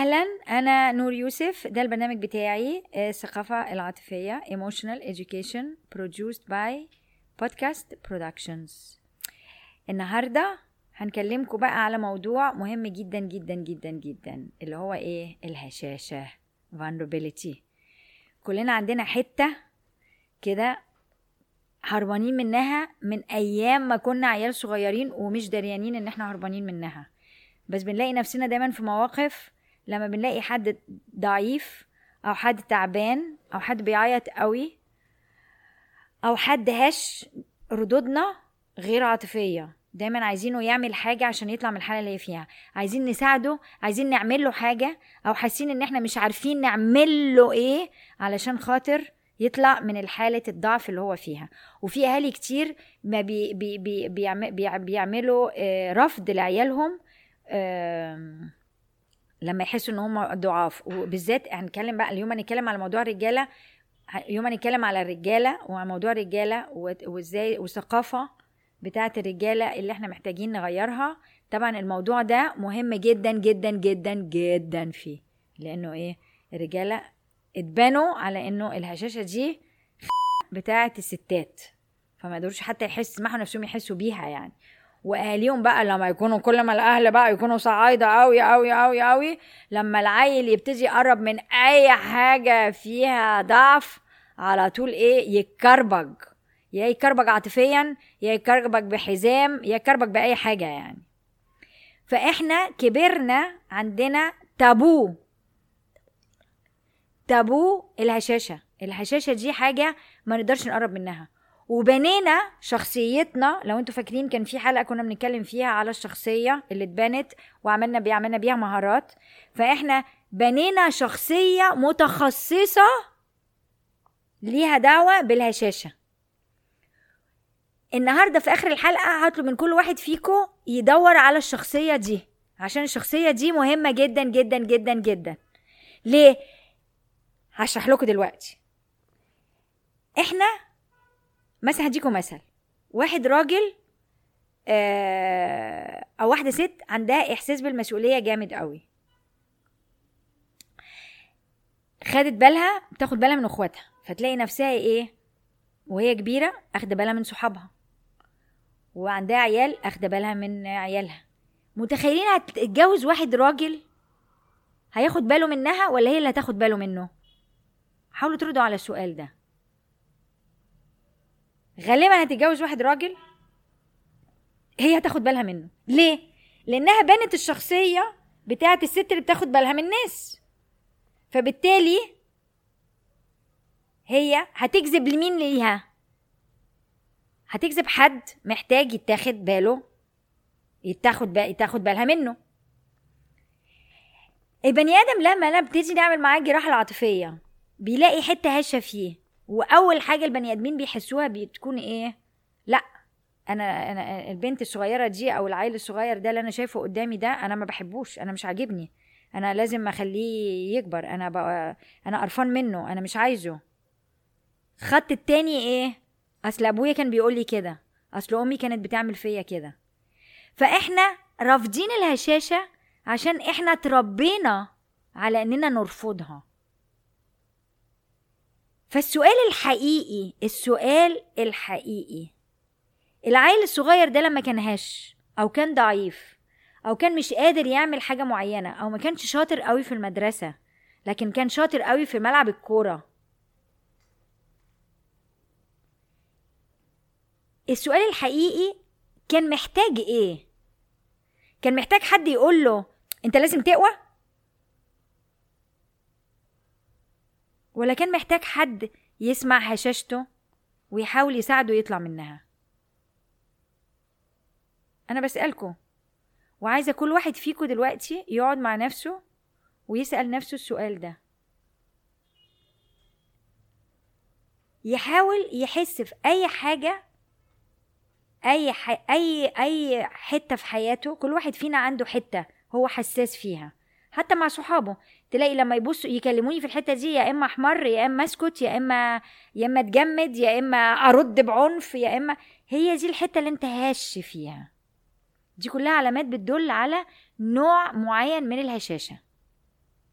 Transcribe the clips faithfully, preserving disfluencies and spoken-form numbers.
أهلا، أنا نور يوسف. ده البرنامج بتاعي الثقافة العاطفية Emotional Education produced by Podcast Productions. النهاردة هنكلمكم بقى على موضوع مهم جدا جدا جدا جدا اللي هو إيه؟ الهشاشة vulnerability. كلنا عندنا حتة كده هربانين منها من أيام ما كنا عيال صغيرين ومش دريانين إن احنا هربانين منها، بس بنلاقي نفسنا دايما في مواقف لما بنلاقي حد ضعيف او حد تعبان او حد بيعيط قوي او حد هش، ردودنا غير عاطفية. دايما عايزينه يعمل حاجة عشان يطلع من الحالة اللي هي فيها، عايزين نساعده، عايزين نعمل له حاجة، او حاسين ان احنا مش عارفين نعمل له ايه علشان خاطر يطلع من الحالة الضعف اللي هو فيها. وفي اهالي كتير ما بي بي بي بيعمل بيعملوا رفض لعيالهم لما يحسوا ان هم ضعاف. وبالذات هنتكلم بقى اليوم، هنتكلم على موضوع الرجاله، اليوم هنتكلم على الرجاله وعلى موضوع الرجاله وازاي والثقافه بتاعه الرجاله اللي احنا محتاجين نغيرها. طبعا الموضوع ده مهم جدا جدا جدا جدا فيه، لانه ايه، الرجاله اتبنوا على انه الهشاشه دي بتاعه الستات، فما يقدروش حتى يحس يسمحوا نفسهم يحسوا بيها يعني. واهاليهم بقى لما يكونوا كل ما الاهل بقى يكونوا صعايده قوي قوي قوي قوي، لما العيل يبتدي يقرب من اي حاجه فيها ضعف على طول ايه، يتكربج، يا يتكربج عاطفيا، يا يتكربج بحزام، يا يتكربج باي حاجه يعني. فاحنا كبرنا عندنا تابو تابو الهشاشه. الهشاشه دي حاجه ما نقدرش نقرب منها، وبنينا شخصيتنا. لو انتوا فاكرين كان في حلقة كنا بنتكلم فيها على الشخصية اللي اتبنت وعملنا بيعملنا بيها مهارات، فاحنا بنينا شخصية متخصصة ليها دعوة بالهشاشة. النهاردة في آخر الحلقة هطلب من كل واحد فيكم يدور على الشخصية دي، عشان الشخصية دي مهمة جدا جدا جدا جدا. ليه؟ هشرح لكم دلوقتي. احنا مثلا هديكم مثل، واحد راجل آه او واحدة ست عندها احساس بالمسؤولية جامد قوي، خدت بالها بتاخد بالها من اخواتها، فتلاقي نفسها ايه وهي كبيرة اخد بالها من صحابها، وعندها عيال اخد بالها من عيالها. متخيلين هتتجوز واحد راجل هياخد باله منها ولا هي اللي هتاخد باله منه؟ حاولوا تردوا على السؤال ده. غالبا هتتجوز واحد راجل هي هتاخد بالها منه. ليه؟ لانها بنت الشخصية بتاعت الست اللي بتاخد بالها من الناس، فبالتالي هي هتجذب لمين ليها؟ هتجذب حد محتاج يتاخد باله، يتاخد بقى يتاخد بالها منه. البني ادم لما نبتدي نعمل معاه الجراحة العاطفية بيلاقي حتة هشة فيه، واول حاجه البني ادمين بيحسوها بتكون ايه؟ لا انا انا البنت الصغيره دي او العيل الصغير ده اللي انا شايفه قدامي ده انا ما بحبوش، انا مش عاجبني، انا لازم اخليه يكبر، انا بقى انا قرفان منه، انا مش عايزه. خط التاني ايه؟ اصل ابويا كان بيقول لي كده، اصل امي كانت بتعمل فيا كده. فاحنا رافضين الهشاشه عشان احنا تربينا على اننا نرفضها. فالسؤال الحقيقي السؤال الحقيقي العيل الصغير ده لما كان هش او كان ضعيف او كان مش قادر يعمل حاجة معينة او ما كانش شاطر قوي في المدرسة لكن كان شاطر قوي في ملعب الكورة، السؤال الحقيقي كان محتاج ايه؟ كان محتاج حد يقول له انت لازم تقوى، ولا كان محتاج حد يسمع هشاشته ويحاول يساعده يطلع منها؟ أنا بسألكم، وعايزة كل واحد فيكم دلوقتي يقعد مع نفسه ويسأل نفسه السؤال ده، يحاول يحس في أي حاجة، أي ح... أي أي حتة في حياته. كل واحد فينا عنده حتة هو حساس فيها، حتى مع صحابه تلاقي لما يبصوا يكلموني في الحتة دي يا إما أحمر يا إما أسكت يا إما يا إما أتجمد يا إما أرد بعنف يا إما. هي دي الحتة اللي أنت هاش فيها. دي كلها علامات بتدل على نوع معين من الهشاشة.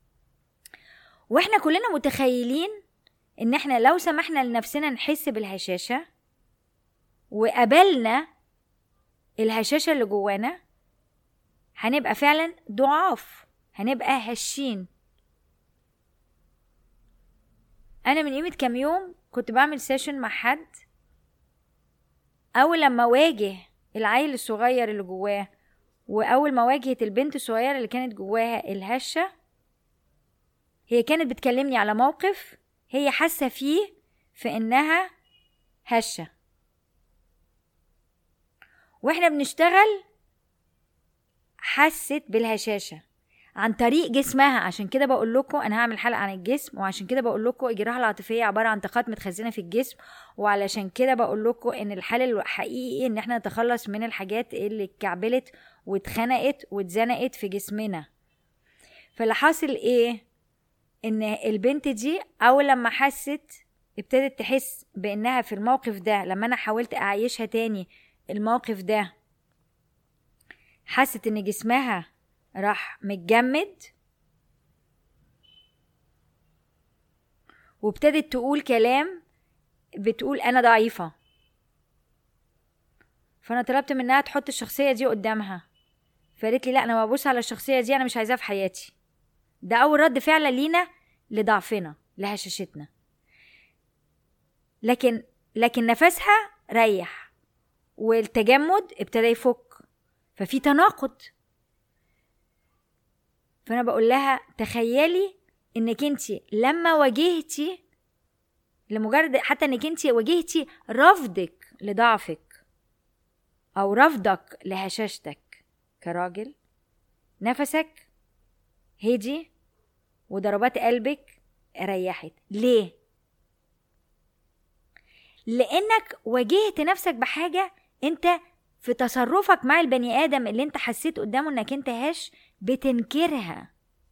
واحنا كلنا متخيلين ان احنا لو سمحنا لنفسنا نحس بالهشاشة وقبلنا الهشاشة اللي جوانا هنبقى فعلا ضعاف، هنبقى هشين. انا من قيمة كام يوم كنت بعمل سيشن مع حد، اول لما واجه العيل الصغير اللي جواه واول ما واجهت البنت الصغيرة اللي كانت جواها الهشة، هي كانت بتكلمني على موقف هي حاسة فيه في انها هشة، واحنا بنشتغل حست بالهشاشة عن طريق جسمها. عشان كده بقول لكم انا هعمل حلقة عن الجسم، وعشان كده بقول لكم الجراحة العاطفية عبارة عن طاقات متخزنة في الجسم، وعلشان كده بقول لكم ان الحل الحقيقي ان احنا نتخلص من الحاجات اللي اتكعبلت واتخنقت واتزنقت في جسمنا. فاللي حاصل ايه؟ ان البنت دي اول لما حست ابتدت تحس بانها في الموقف ده، لما انا حاولت اعيشها تاني الموقف ده، حست ان جسمها راح متجمد، وابتدت تقول كلام بتقول انا ضعيفة. فانا طلبت منها تحط الشخصية دي قدامها، فقالت لي لا انا ببص على الشخصية دي، انا مش عايزاها في حياتي. ده اول رد فعل لينا لضعفنا لهشاشتنا. لكن لكن نفسها ريح والتجمد ابتدى يفك، ففي تناقض. فانا بقول لها تخيلي انك انتي لما واجهتي، لمجرد حتى انك انتي واجهتي رفضك لضعفك او رفضك لهشاشتك كراجل، نفسك هدي وضربات قلبك ريحت. ليه؟ لانك واجهت نفسك بحاجة انت في تصرفك مع البني آدم اللي انت حسيت قدامه انك انت هش بتنكرها.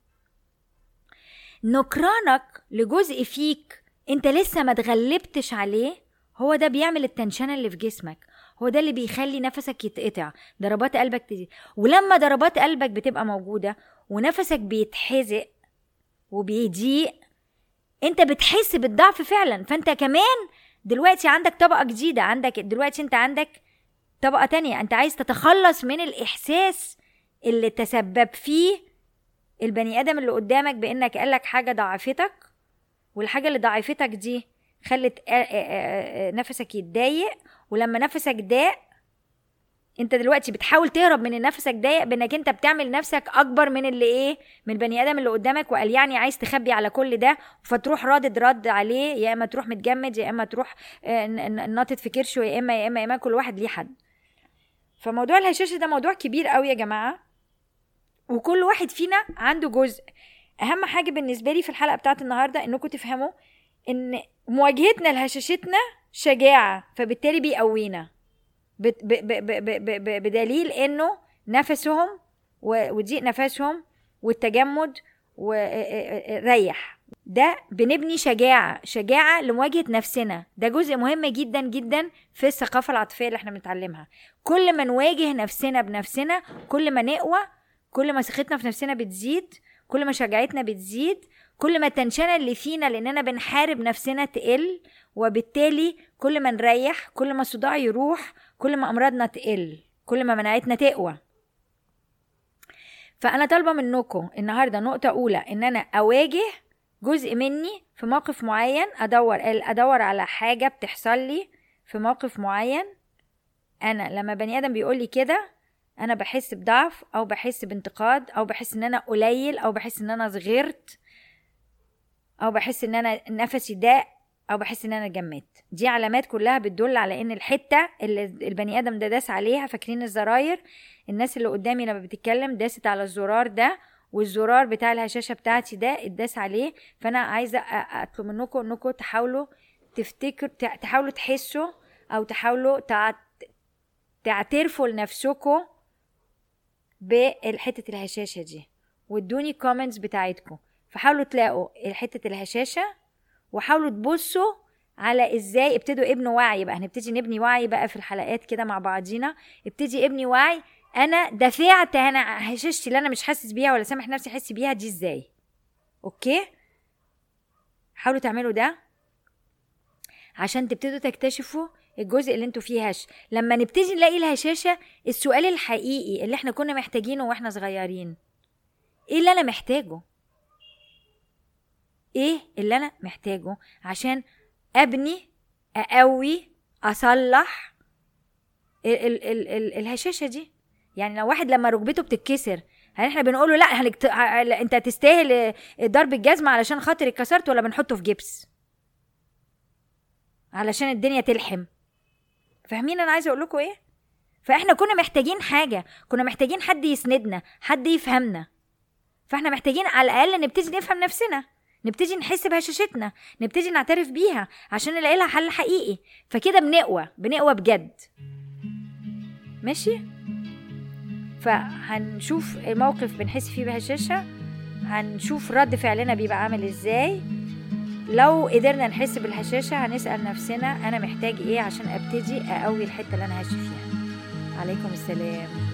نكرانك لجزء فيك انت لسه ما تغلبتش عليه، هو ده بيعمل التنشنة اللي في جسمك، هو ده اللي بيخلي نفسك يتقطع، ضربات قلبك تزيد. ولما ضربات قلبك بتبقى موجودة ونفسك بيتحزق وبيضيق، انت بتحس بالضعف فعلا. فانت كمان دلوقتي عندك طبقة جديدة، عندك دلوقتي انت عندك طبقة تانية، انت عايز تتخلص من الإحساس اللي تسبب فيه البني آدم اللي قدامك بأنك قالك حاجة ضعفتك، والحاجة اللي ضعفتك دي خلت نفسك يتضايق. ولما نفسك ضاق انت دلوقتي بتحاول تهرب من نفسك ضايق بانك انت بتعمل نفسك اكبر من اللي ايه، من البني ادم اللي قدامك، وقال يعني عايز تخبي على كل ده، فتروح رادد رد عليه، يا اما تروح متجمد، يا اما تروح ناطط في كرشه، يا اما يا اما يا اما كل واحد ليه حد. فموضوع الهشاشة ده موضوع كبير قوي يا جماعة، وكل واحد فينا عنده جزء. اهم حاجة بالنسبة لي في الحلقة بتاعت النهاردة انكم تفهموا ان مواجهتنا لهشاشتنا شجاعة، فبالتالي بيقوينا بدليل انه نفسهم وضيق نفسهم والتجمد وريح، ده بنبني شجاعة شجاعة لمواجهة نفسنا. ده جزء مهم جدا جدا في الثقافة العاطفية اللي احنا بنتعلمها. كل ما نواجه نفسنا بنفسنا كل ما نقوى، كل ما ثقتنا في نفسنا بتزيد، كل ما شجاعتنا بتزيد، كل ما التنشنة اللي فينا لاننا بنحارب نفسنا تقل، وبالتالي كل ما نريح، كل ما الصداع يروح، كل ما امراضنا تقل، كل ما مناعتنا تقوى. فانا طالبه منكم النهارده نقطه اولى ان انا اواجه جزء مني في موقف معين، ادور ادور على حاجه بتحصل لي في موقف معين. انا لما بني ادم بيقول لي كده انا بحس بضعف او بحس بانتقاد او بحس ان انا قليل او بحس ان انا صغرت او بحس ان انا نفسي ضاق او بحس ان انا جمدت. دي علامات كلها بتدل على ان الحته اللي البني ادم ده داس عليها، فاكرين الزراير؟ الناس اللي قدامي لما بتتكلم داست على الزرار ده، والزرار بتاع الهشاشه بتاعتي ده اتداس عليه. فانا عايزه اطلب منكم انكم تحاولوا تفتكروا، تحاولوا تحسوا او تحاولوا تعترفوا لنفسكم بالحته الهشاشه دي، وادوني كومنتس بتاعتكم. فحاولوا تلاقوا حته الهشاشه، وحاولوا تبصوا على ازاي ابتدوا ابنوا وعي. بقى هنبتدي نبني وعي بقى في الحلقات كده مع بعضينا. ابتدي ابني وعي، انا دفعت انا هشاشتي اللي انا مش حاسس بيها ولا سامح نفسي احس بيها دي ازاي. اوكي، حاولوا تعملوا ده عشان تبتدوا تكتشفوا الجزء اللي انتوا فيه هش. لما نبتدي نلاقي الهشاشة، السؤال الحقيقي اللي احنا كنا محتاجينه واحنا صغيرين، ايه اللي انا محتاجه؟ ايه اللي انا محتاجه عشان ابني، اقوي، اصلح ال ال ال ال الهشاشة دي؟ يعني لو واحد لما ركبته بتتكسر، هل احنا بنقوله لا هنكت... انت تستاهل ضرب الجزمة علشان خاطر اتكسرت، ولا بنحطه في جبس علشان الدنيا تلحم؟ فاهمين انا عايزه اقول لكم ايه؟ فاحنا كنا محتاجين حاجه، كنا محتاجين حد يسندنا، حد يفهمنا. فاحنا محتاجين على الاقل نبتدي نفهم نفسنا، نبتدي نحس بهشاشتنا، نبتدي نعترف بيها عشان نلاقي لها حل حقيقي. فكده بنقوى بنقوى بجد. ماشي؟ فهنشوف الموقف بنحس فيه بهشاشه، هنشوف رد فعلنا بيبقى عامل ازاي. لو قدرنا نحس بالهشاشة هنسأل نفسنا أنا محتاج إيه عشان أبتدي أقوي الحتة اللي أنا هاشي فيها. عليكم السلام.